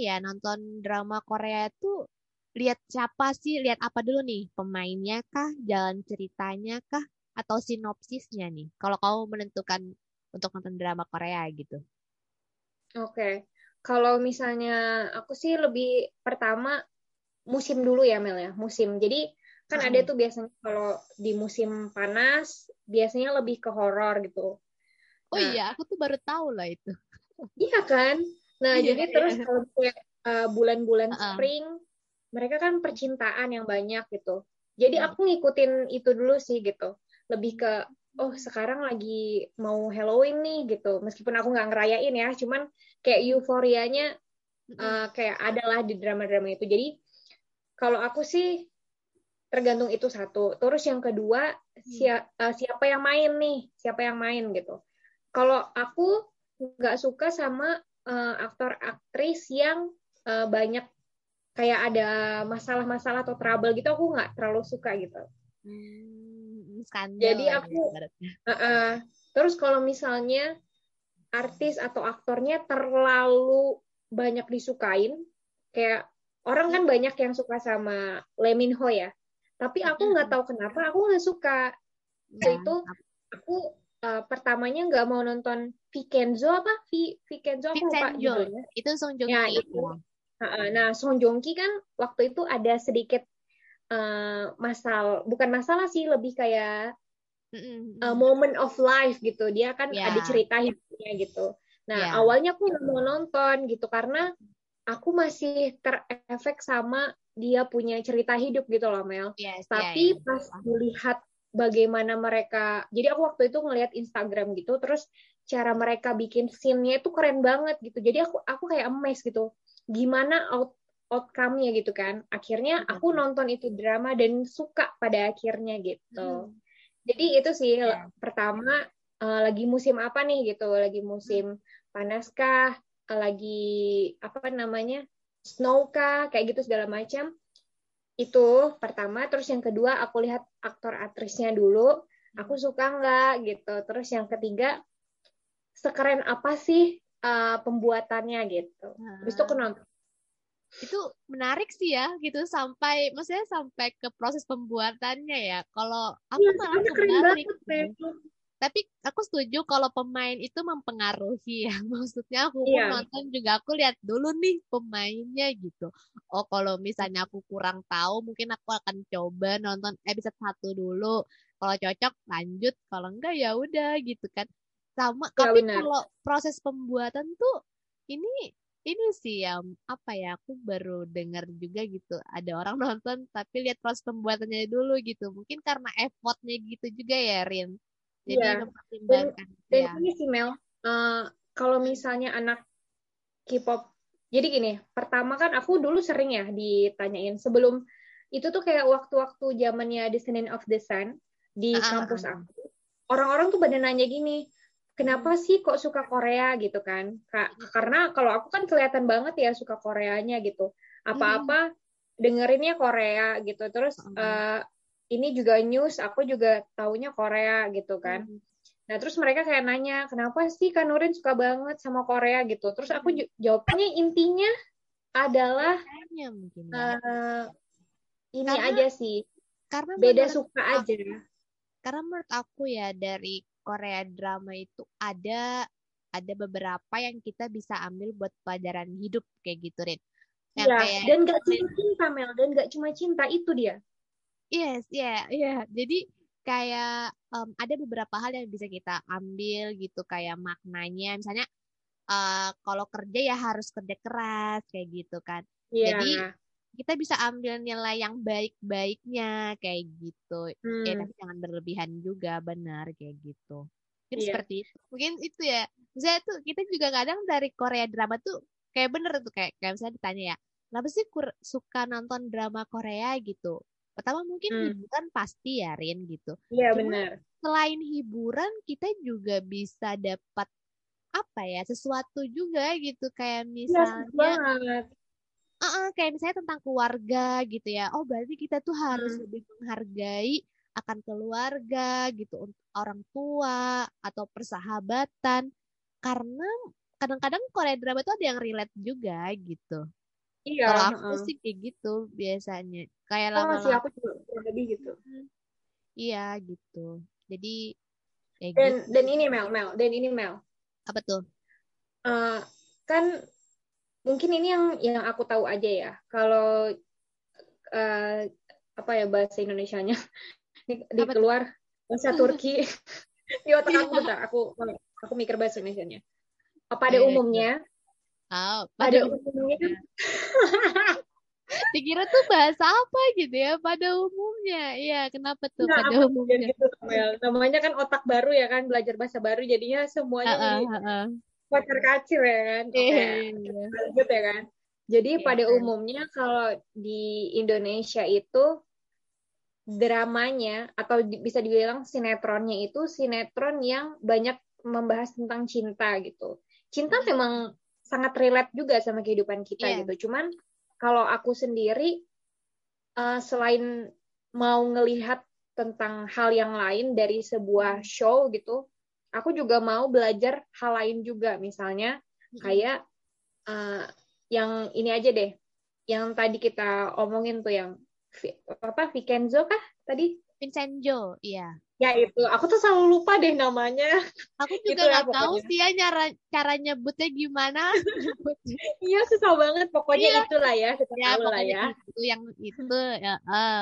ya nonton drama Korea tuh lihat siapa sih? Lihat apa dulu nih? Pemainnya kah? Jalan ceritanya kah? Atau sinopsisnya nih? Kalau kamu menentukan untuk nonton drama Korea gitu. Oke. Kalau misalnya aku sih lebih pertama musim dulu ya Mel ya, musim. Jadi kan ada Heeh. tuh biasanya kalau di musim panas biasanya lebih ke horor gitu. Oh Nah, iya, aku tuh baru tahu loh itu. iya kan? Nah, Iya, jadi terus iya. kalau kayak bulan-bulan Heeh. spring, mereka kan percintaan yang banyak gitu. Jadi Hmm. aku ngikutin itu dulu sih gitu. Lebih ke, oh sekarang lagi mau Halloween nih gitu. Meskipun aku nggak ngerayain ya, cuman kayak euforianya Mm-mm. kayak adalah di drama-drama itu. Jadi kalau aku sih tergantung itu satu. Terus yang kedua, Hmm. siapa yang main nih? Siapa yang main gitu. Kalau aku nggak suka sama aktor aktris yang banyak kayak ada masalah-masalah atau trouble gitu, aku nggak terlalu suka gitu. Skandal Jadi lah ya aku ibaratnya. terus kalau misalnya artis atau aktornya terlalu banyak disukain, kayak orang kan Hmm. banyak yang suka sama Lee Min Ho ya, tapi aku nggak Mm-mm. tahu kenapa aku nggak suka. Waktu Ya, itu aku pertamanya nggak mau nonton Vincenzo apa Vincenzo aku lupa Vincenzo. judulnya. Itu Song Joong Ya Ki itu. itu. Nah, Song Joong Ki kan waktu itu ada sedikit bukan masalah sih, lebih kayak Mm-mm. moment of life gitu. Dia kan ada Ya, cerita hidupnya gitu. Nah, ya. awalnya aku nggak mau nonton gitu karena aku masih terefek sama dia punya cerita hidup gitu loh, Mel. Yes, ya, Tapi ya. pas melihat bagaimana mereka, jadi aku waktu itu ngelihat Instagram gitu, terus cara mereka bikin scene-nya itu keren banget gitu. Jadi aku kayak amazed gitu. Gimana outcome-nya gitu kan. Akhirnya Benar, aku benar. nonton itu drama dan suka pada akhirnya gitu. Mm-mm. Jadi itu sih Ya. pertama lagi musim apa nih gitu, lagi musim panas kah, lagi apa namanya snow kah, kayak gitu segala macam. Itu pertama, terus yang kedua aku lihat aktor aktrisnya dulu, aku Mm. suka nggak gitu. Terus yang ketiga, sekeren apa sih pembuatannya gitu. Habis itu aku Nah, nonton. itu menarik sih ya gitu sampai maksudnya sampai ke proses pembuatannya ya. Kalau aku Iya, malah soalnya keren kebalik banget, sih. Mel. Tapi aku setuju kalau pemain itu mempengaruhi ya. Maksudnya aku pun Iya, nonton juga aku lihat dulu nih pemainnya gitu. Oh kalau misalnya aku kurang tahu mungkin aku akan coba nonton episode satu dulu. Kalau cocok lanjut, kalau enggak ya udah gitu kan. Sama, iya tapi benar. kalau proses pembuatan tuh ini ini sih yang apa ya aku baru dengar juga gitu. Ada orang nonton tapi lihat proses pembuatannya dulu gitu. Mungkin karena effortnya gitu juga ya Rin. Jadi Iya. Dan mempertimbangkan dan ya. ini sih Mel, kalau Hmm. misalnya anak K-pop. Jadi gini, pertama kan aku dulu sering ya ditanyain sebelum itu tuh kayak waktu-waktu zamannya Descendant of the Sun di Ah, ah, kampus ah. aku. Orang-orang tuh pada nanya gini, kenapa Hmm. sih kok suka Korea gitu kan? Karena kalau aku kan kelihatan banget ya suka Koreanya gitu. Apa-apa dengerinnya Korea gitu. Terus ini juga news, aku juga taunya Korea gitu kan. Nah, terus mereka kayak nanya, kenapa sih Kak Nurin suka banget sama Korea gitu. Terus aku jawabnya intinya adalah Kayaknya mungkin ya. eh, ini Karena aja sih, karena beda menurut suka aku, aja. karena menurut aku ya dari Korea drama itu ada beberapa yang kita bisa ambil buat pelajaran hidup kayak gitu, Rin. Yang Iya, kayak dan gak Rin. cuma cinta, Mel. Dan gak cuma cinta, itu dia. Yes, ya, ya. Jadi kayak ada beberapa hal yang bisa kita ambil gitu kayak maknanya. Misalnya kalau kerja ya harus kerja keras kayak gitu kan. Jadi Iya. kita bisa ambil nilai yang baik-baiknya kayak gitu. Ya Hmm, tapi jangan berlebihan juga benar kayak gitu. Mungkin iya. seperti itu. Mungkin itu ya. Misalnya tuh kita juga kadang dari Korea drama tuh kayak bener tuh kayak misalnya ditanya ya, kenapa sih suka nonton drama Korea gitu? Pertama mungkin Hmm, hiburan pasti ya Rin gitu. iya Cuma benar. selain hiburan kita juga bisa dapat apa ya sesuatu juga gitu kayak Iya, setuju misalnya banget. kayak misalnya tentang keluarga gitu ya oh berarti kita tuh harus Hmm, lebih menghargai akan keluarga gitu untuk orang tua atau persahabatan karena kadang-kadang Korea drama tuh ada yang relate juga gitu. Iya, Kalau aku heeh. sih kayak gitu biasanya. Kayak Sama sih lama-lama. aku juga kurang lebih gitu. Iya gitu. Jadi ya Dan gitu. dan ini Mel. Apa tuh? Eh, kan mungkin ini yang aku tahu aja ya. Kalau eh, apa ya bahasa Indonesianya di Apa tuh? keluar bahasa Turki di otak aku bentar. Aku mikir bahasa Indonesianya. Oh, Pada iya, iya. umumnya, Oh, pada pada umumnya umumnya. Dikira tuh bahasa apa gitu ya pada umumnya. Iya, kenapa tuh nah pada aku juga umumnya? gitu Mel. Namanya kan otak baru ya kan, belajar bahasa baru jadinya semuanya jadi Heeh, heeh. kocar kacir ya kan. Iya, Oke, iya, kita iya. lanjut ya kan. Jadi Iya. pada umumnya kalau di Indonesia itu dramanya atau bisa dibilang sinetronnya itu sinetron yang banyak membahas tentang cinta gitu. Cinta Mm-mm. memang sangat relate juga sama kehidupan kita Iya. gitu. Cuman kalau aku sendiri selain mau ngelihat tentang hal yang lain dari sebuah Mm-mm. show gitu, aku juga mau belajar hal lain juga. Misalnya Mm-mm. kayak eh, yang ini aja deh, yang tadi kita omongin tuh yang apa Vincenzo kah tadi? Vincenzo, iya. Ya itu, aku tuh selalu lupa deh namanya. Aku juga Itu ya nggak tahu pokoknya. sih ya cara nyebutnya gimana. Nyebutnya. Iya susah banget, pokoknya Iya, itulah ya, kita ya tahu lah pokoknya ya. itu yang itu. Ya,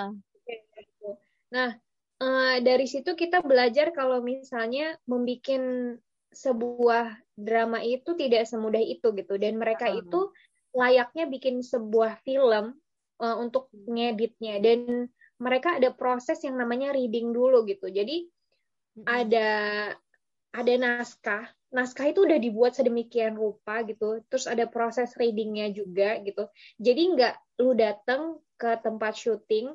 Nah, dari situ kita belajar kalau misalnya membuat sebuah drama itu tidak semudah itu gitu, dan mereka Heeh. itu layaknya bikin sebuah film untuk ngeditnya, dan mereka ada proses yang namanya reading dulu gitu. Jadi Mm-mm. ada naskah. Naskah itu udah dibuat sedemikian rupa gitu. Terus ada proses readingnya juga gitu. Jadi nggak lu datang ke tempat syuting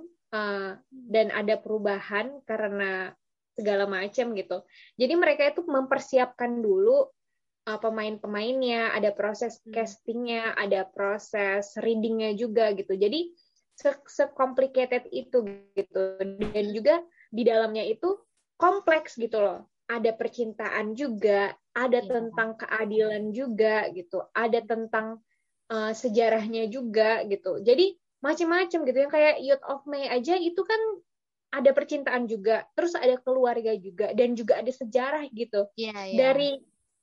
dan ada perubahan karena segala macam gitu. Jadi mereka itu mempersiapkan dulu pemain-pemainnya, ada proses Mm. castingnya, ada proses readingnya juga gitu. Jadi se-complicated itu gitu. Dan juga di dalamnya itu kompleks gitu loh. Ada percintaan juga, ada Iya. tentang keadilan juga gitu, ada tentang sejarahnya juga gitu. Jadi macam-macam gitu yang kayak Youth of May aja itu kan ada percintaan juga, terus ada keluarga juga, dan juga ada sejarah gitu. Iya, iya. Dari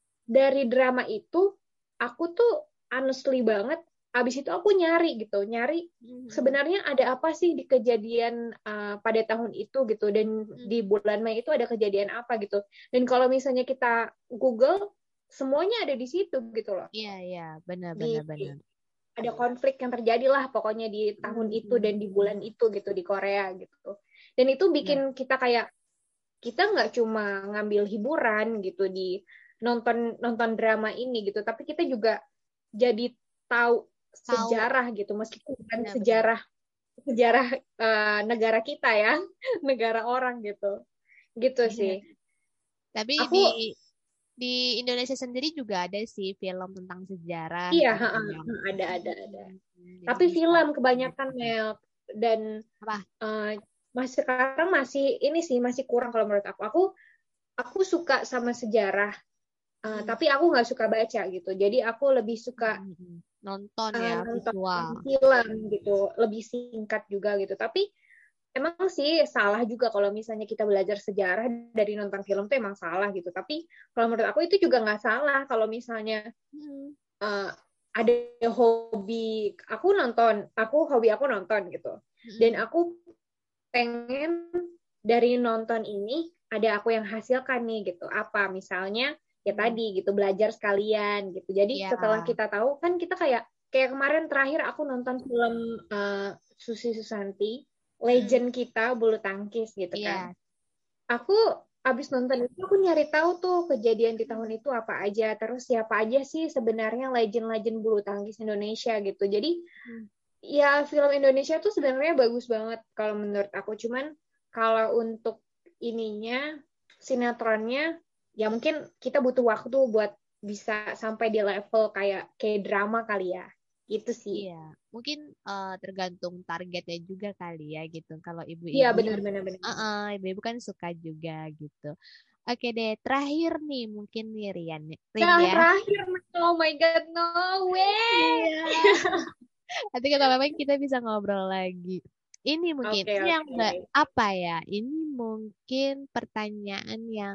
drama itu aku tuh honestly banget abis itu aku nyari gitu, nyari Mm-mm. sebenarnya ada apa sih di kejadian pada tahun itu gitu, dan di Mm. bulan Mei itu ada kejadian apa gitu, dan kalau misalnya kita Google semuanya ada di situ gitu loh, Iya, iya, benar, di benar, benar. ada konflik yang terjadi lah pokoknya di tahun itu Mm-mm. dan di bulan itu gitu di Korea gitu, dan itu Benar. bikin kita kayak kita nggak cuma ngambil hiburan gitu di nonton nonton drama ini gitu, tapi kita juga jadi tahu Tahu, sejarah gitu, meskipun bukan benar, benar. sejarah sejarah negara kita ya, negara orang gitu, gitu Iya. sih. Tapi Aku di Indonesia sendiri juga ada sih film tentang sejarah iya, gitu yang ada. jadi Tapi bisa film kebanyakan gitu. Mel, dan Apa? eh, masih sekarang masih ini sih masih kurang kalau menurut aku. Aku suka sama sejarah. Mm, Tapi aku nggak suka baca gitu. Jadi aku lebih suka Nonton ya nonton visual. film gitu, lebih singkat juga gitu. Tapi emang sih salah juga kalau misalnya kita belajar sejarah dari nonton film tuh emang salah gitu. Tapi kalau menurut aku itu juga nggak salah kalau misalnya Mm, uh, ada hobi aku nonton gitu. Dan mm, aku pengen dari nonton ini ada aku yang hasilkan nih gitu. Apa misalnya ya mm. tadi gitu belajar sekalian gitu. Jadi Iya, setelah kita tahu kan kita kayak kayak kemarin terakhir aku nonton film Susi Susanti, mm, legend kita bulu tangkis gitu kan. iya. Aku abis nonton itu aku nyari tahu tuh kejadian di tahun Mm, itu apa aja, terus siapa aja sih sebenarnya legend-legend bulu tangkis Indonesia gitu. Jadi mm. ya film Indonesia tuh sebenarnya bagus banget kalau menurut aku. Cuman kalau untuk ininya sinetronnya ya mungkin kita butuh waktu buat bisa sampai di level kayak drama kali ya. Gitu sih. Iya, mungkin tergantung targetnya juga kali ya gitu. Kalau Iya ibu-ibu, benar benar benar. ibu-ibu kan suka juga gitu. Oke deh, terakhir nih mungkin nih Rian, Rin Nah, ya. terakhir oh my god, no way. Iya. Nanti kapan-kapan kita bisa ngobrol lagi. Ini mungkin, Oke, ini yang oke. nggak apa ya? Ini mungkin pertanyaan yang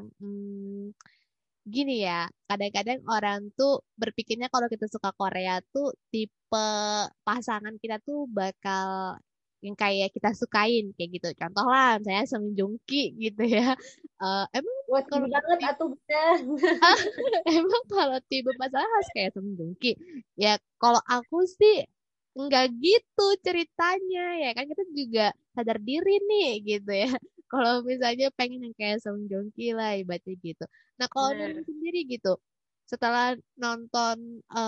gini ya. Kadang-kadang orang tuh berpikirnya kalau kita suka Korea tuh tipe pasangan kita tuh bakal yang kayak kita sukain kayak gitu. Contoh lah, misalnya Song Joong Ki gitu ya. Emang Wah, kalau tinggi banget tipe atuh bener. emang kalau tipe pasangan harus kayak Song Joong Ki. Ya kalau aku sih nggak gitu ceritanya ya kan kita juga sadar diri nih gitu ya. Kalau misalnya pengen yang kayak Song Joong Ki lah ibaratnya gitu. Nah kalau Nurin Bener. sendiri gitu setelah nonton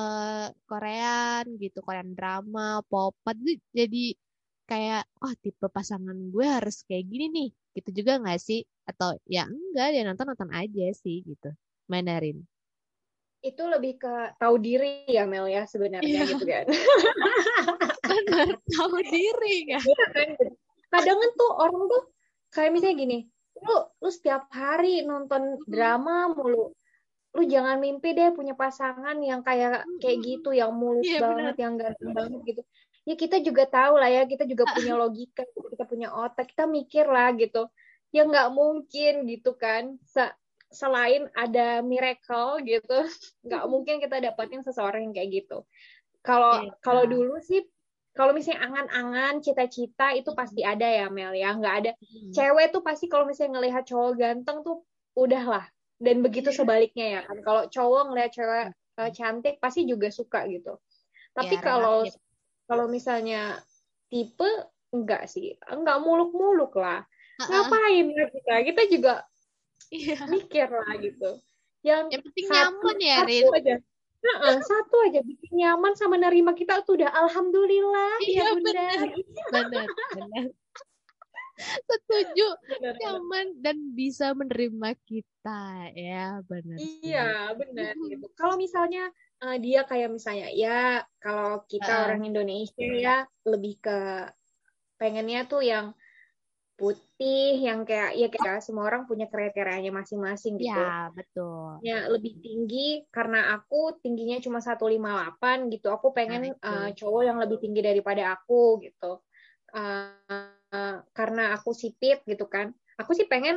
Korean gitu, Korean drama, pop itu jadi kayak oh tipe pasangan gue harus kayak gini nih. Gitu juga nggak sih? Atau ya enggak ya nonton-nonton aja sih gitu. Mandarin. Itu lebih ke tahu diri ya Mel ya sebenarnya Iya, gitu kan. benar tahu diri kan. Iya kan? Kadang kan tuh orang tuh kayak misalnya gini, lu lu setiap hari nonton Mm-mm. drama mulu. Lu jangan mimpi deh punya pasangan yang kayak kayak Mm-mm. gitu, yang mulus Iya banget, benar. yang ganteng banget gitu. Ya kita juga tahu lah ya, kita juga punya logika, kita punya otak, kita mikir lah gitu. Ya nggak mungkin gitu kan. Selain ada miracle gitu, nggak mungkin kita dapatin seseorang yang kayak gitu. Kalau kalau Iya. dulu sih, kalau misalnya angan-angan, cita-cita itu pasti Mm-mm. ada ya Mel ya. Nggak ada Mm-mm. cewek tuh pasti kalau misalnya ngelihat cowok ganteng tuh udahlah. Dan begitu Iya. sebaliknya ya kan. Kalau cowok ngelihat cewek Mm-mm. cantik pasti juga suka gitu. Tapi Ya kalau relatif. kalau misalnya tipe enggak sih, enggak muluk-muluk lah. Heeh. Ngapain ya kita? Kita juga Iya. mikir lah gitu. Yang Yang penting satu nyaman ya, satu Rin. aja. Heeh, satu aja bikin nyaman sama nerima kita tuh udah alhamdulillah Iya ya Bunda. benar. Benar. Benar. Setuju. Benar-benar. Nyaman dan bisa menerima kita. Ya benar Iya, sih. benar gitu. Kalau misalnya dia kayak misalnya ya kalau kita Heeh. orang Indonesia ya lebih ke pengennya tuh yang putih, yang kayak ya kayak semua orang punya kriterianya masing-masing gitu. Ya betul. Ya lebih tinggi karena aku tingginya cuma 158 gitu. Aku Nah pengen itu. cowok yang lebih tinggi daripada aku gitu. Karena aku sipit gitu kan. Aku sih pengen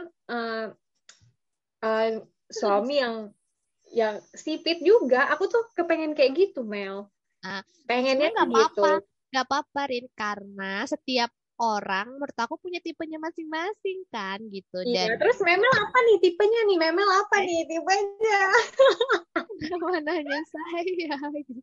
uh, suami yang sipit juga. Aku tuh kepengen kayak gitu, Mel. Nah, Pengennya sebenarnya tuh nggak gitu. apa-apa, nggak apa-apa Rin, karena setiap orang menurut aku punya tipenya masing-masing kan gitu Iya, dan terus Memel apa nih tipenya nih? Memel apa nih tipenya? mananya saya gitu.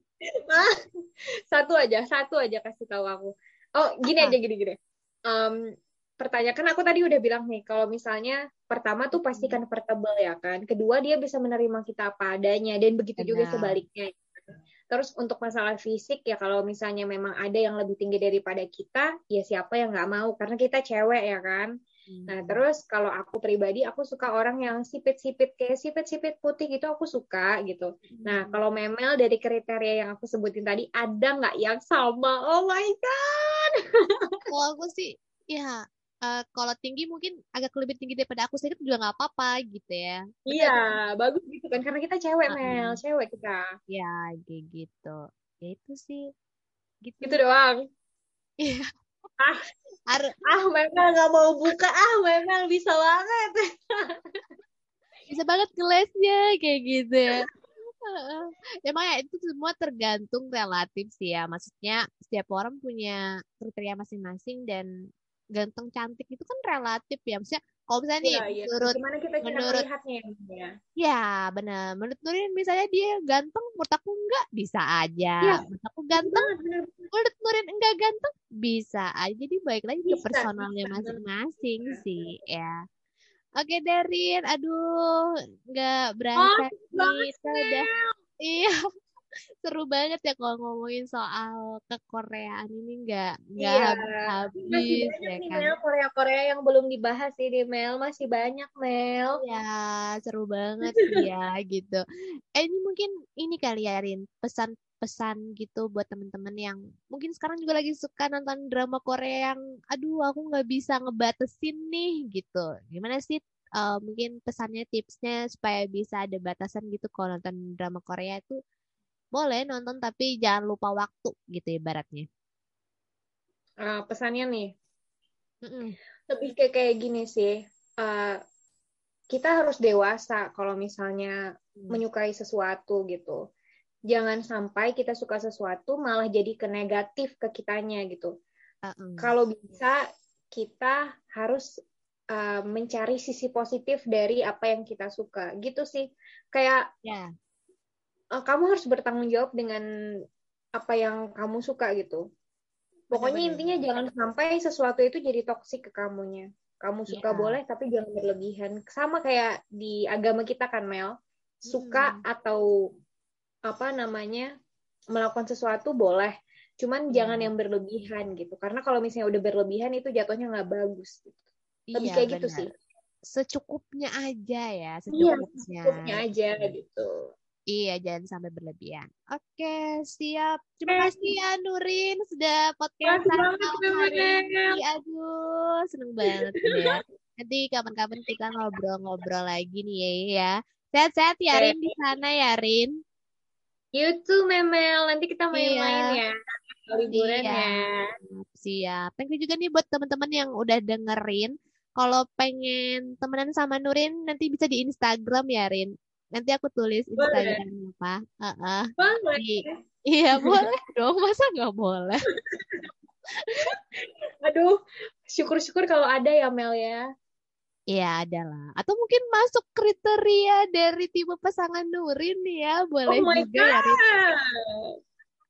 Satu aja kasih tahu aku. Oh, gini aja Apa? gini-gini. Um, Pertanyaan kan aku tadi udah bilang nih, kalau misalnya pertama tuh pasti Mm-mm. comfortable ya kan. Kedua dia bisa menerima kita apa adanya dan begitu juga Benar. sebaliknya. Terus untuk masalah fisik ya kalau misalnya memang ada yang lebih tinggi daripada kita, ya siapa yang nggak mau karena kita cewek ya kan. Nah Hmm. terus kalau aku pribadi aku suka orang yang sipit-sipit kayak sipit-sipit putih gitu aku suka gitu. Nah Hmm. kalau Memel dari kriteria yang aku sebutin tadi ada nggak yang sama? Oh my god. Kalau aku sih ya kalau tinggi mungkin agak lebih tinggi daripada aku sedikit juga nggak apa-apa gitu ya. Iya Benar. bagus gitu kan karena kita cewek Mel, Heeh. cewek kita. Ya kayak gitu. Ya itu sih gitu. Gitu doang. Iya. Ah, Har- Memel nggak mau buka, Memel bisa banget. Bisa banget ngelesnya kayak gitu ya. Heeh. Emang ya itu semua tergantung relatif sih ya. Maksudnya setiap orang punya kriteria masing-masing dan ganteng cantik itu kan relatif ya. Maksudnya kalau misalnya nih Iya, iya. Gimana kita cara menurut melihatnya ya? ya benar menurut Nurin misalnya dia ganteng menurut aku enggak bisa aja. Iya, Menurut aku bener ganteng banget, bener. menurut Nurin enggak ganteng bisa aja. Jadi balik lagi ke Bisa, personalnya bisa. masing-masing sih ya. Oke Darin, aduh nggak Oh, berasa nih banget, kita udah Mel. iya. Seru banget ya kalau ngomongin soal kekoreaan ini nggak Iya, masih habis-habis banyak ya nih kan. Mel, Korea-Korea yang belum dibahas sih di Mel. Masih banyak, Mel. Iya, seru banget sih ya gitu. Ini mungkin ini kali ya Rin, pesan-pesan gitu buat temen-temen yang mungkin sekarang juga lagi suka nonton drama Korea yang aduh aku nggak bisa ngebatesin nih gitu. Gimana sih mungkin pesannya tipsnya supaya bisa ada batasan gitu kalau nonton drama Korea itu boleh nonton tapi jangan lupa waktu gitu ibaratnya. pesannya nih Mm-mm. lebih kayak gini sih. Eh, kita harus dewasa kalau misalnya Hmm. menyukai sesuatu gitu. Jangan sampai kita suka sesuatu malah jadi ke negatif ke kitanya gitu. Uh-uh. Kalau bisa kita harus mencari sisi positif dari apa yang kita suka gitu sih. Kayak Ya, kamu harus bertanggung jawab dengan apa yang kamu suka gitu. Pokoknya benar-benar. intinya jangan sampai sesuatu itu jadi toksik ke kamunya. Kamu suka Ya. boleh, tapi jangan berlebihan. Sama kayak di agama kita kan, Mel. Suka Mm-mm. atau apa namanya melakukan sesuatu boleh. Cuman jangan Ya, yang berlebihan gitu. Karena kalau misalnya udah berlebihan itu jatuhnya nggak bagus. Gitu. Lebih iya kayak gitu benar. sih. Secukupnya aja ya, Iya, secukupnya. cukupnya aja gitu. Iya, jangan sampai berlebihan. Oke, siap. Terima Eh, kasih ya Nurin sudah makasih podcastan banget, malam hari ini. Mel. Aduh, seneng banget ya. Nanti kapan-kapan kita ngobrol-ngobrol lagi nih ya. Sehat-sehat ya Oke. Rin di sana ya Rin. You too, Memel. Nanti kita Iya, main-main ya. Liburan ya. siap. Siap. Thank you juga nih buat teman-teman yang udah dengerin. Kalau pengen temenan sama Nurin, nanti bisa di Instagram ya Rin. Nanti aku tulis Boleh. Instagramnya apa. Heeh. Boleh. Di Iya boleh dong, masa nggak boleh? Aduh, syukur-syukur kalau ada ya, Mel ya. Iya ada lah. Atau mungkin masuk kriteria dari tipe pasangan Nurin nih ya, boleh Oh my juga ya Rin. God.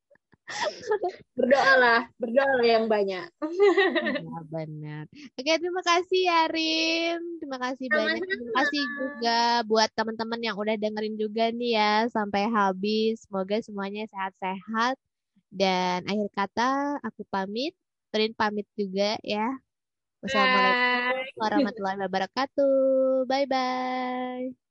Berdoalah yang banyak. Iya benar. Oke, terima kasih ya Rin. Terima kasih banyak. Terima Sama-sama. kasih juga buat teman-teman yang udah dengerin juga nih ya sampai habis. Semoga semuanya sehat-sehat. Dan akhir kata aku pamit. Rin pamit juga ya. Wassalamualaikum Bye. warahmatullahi wabarakatuh. Bye bye.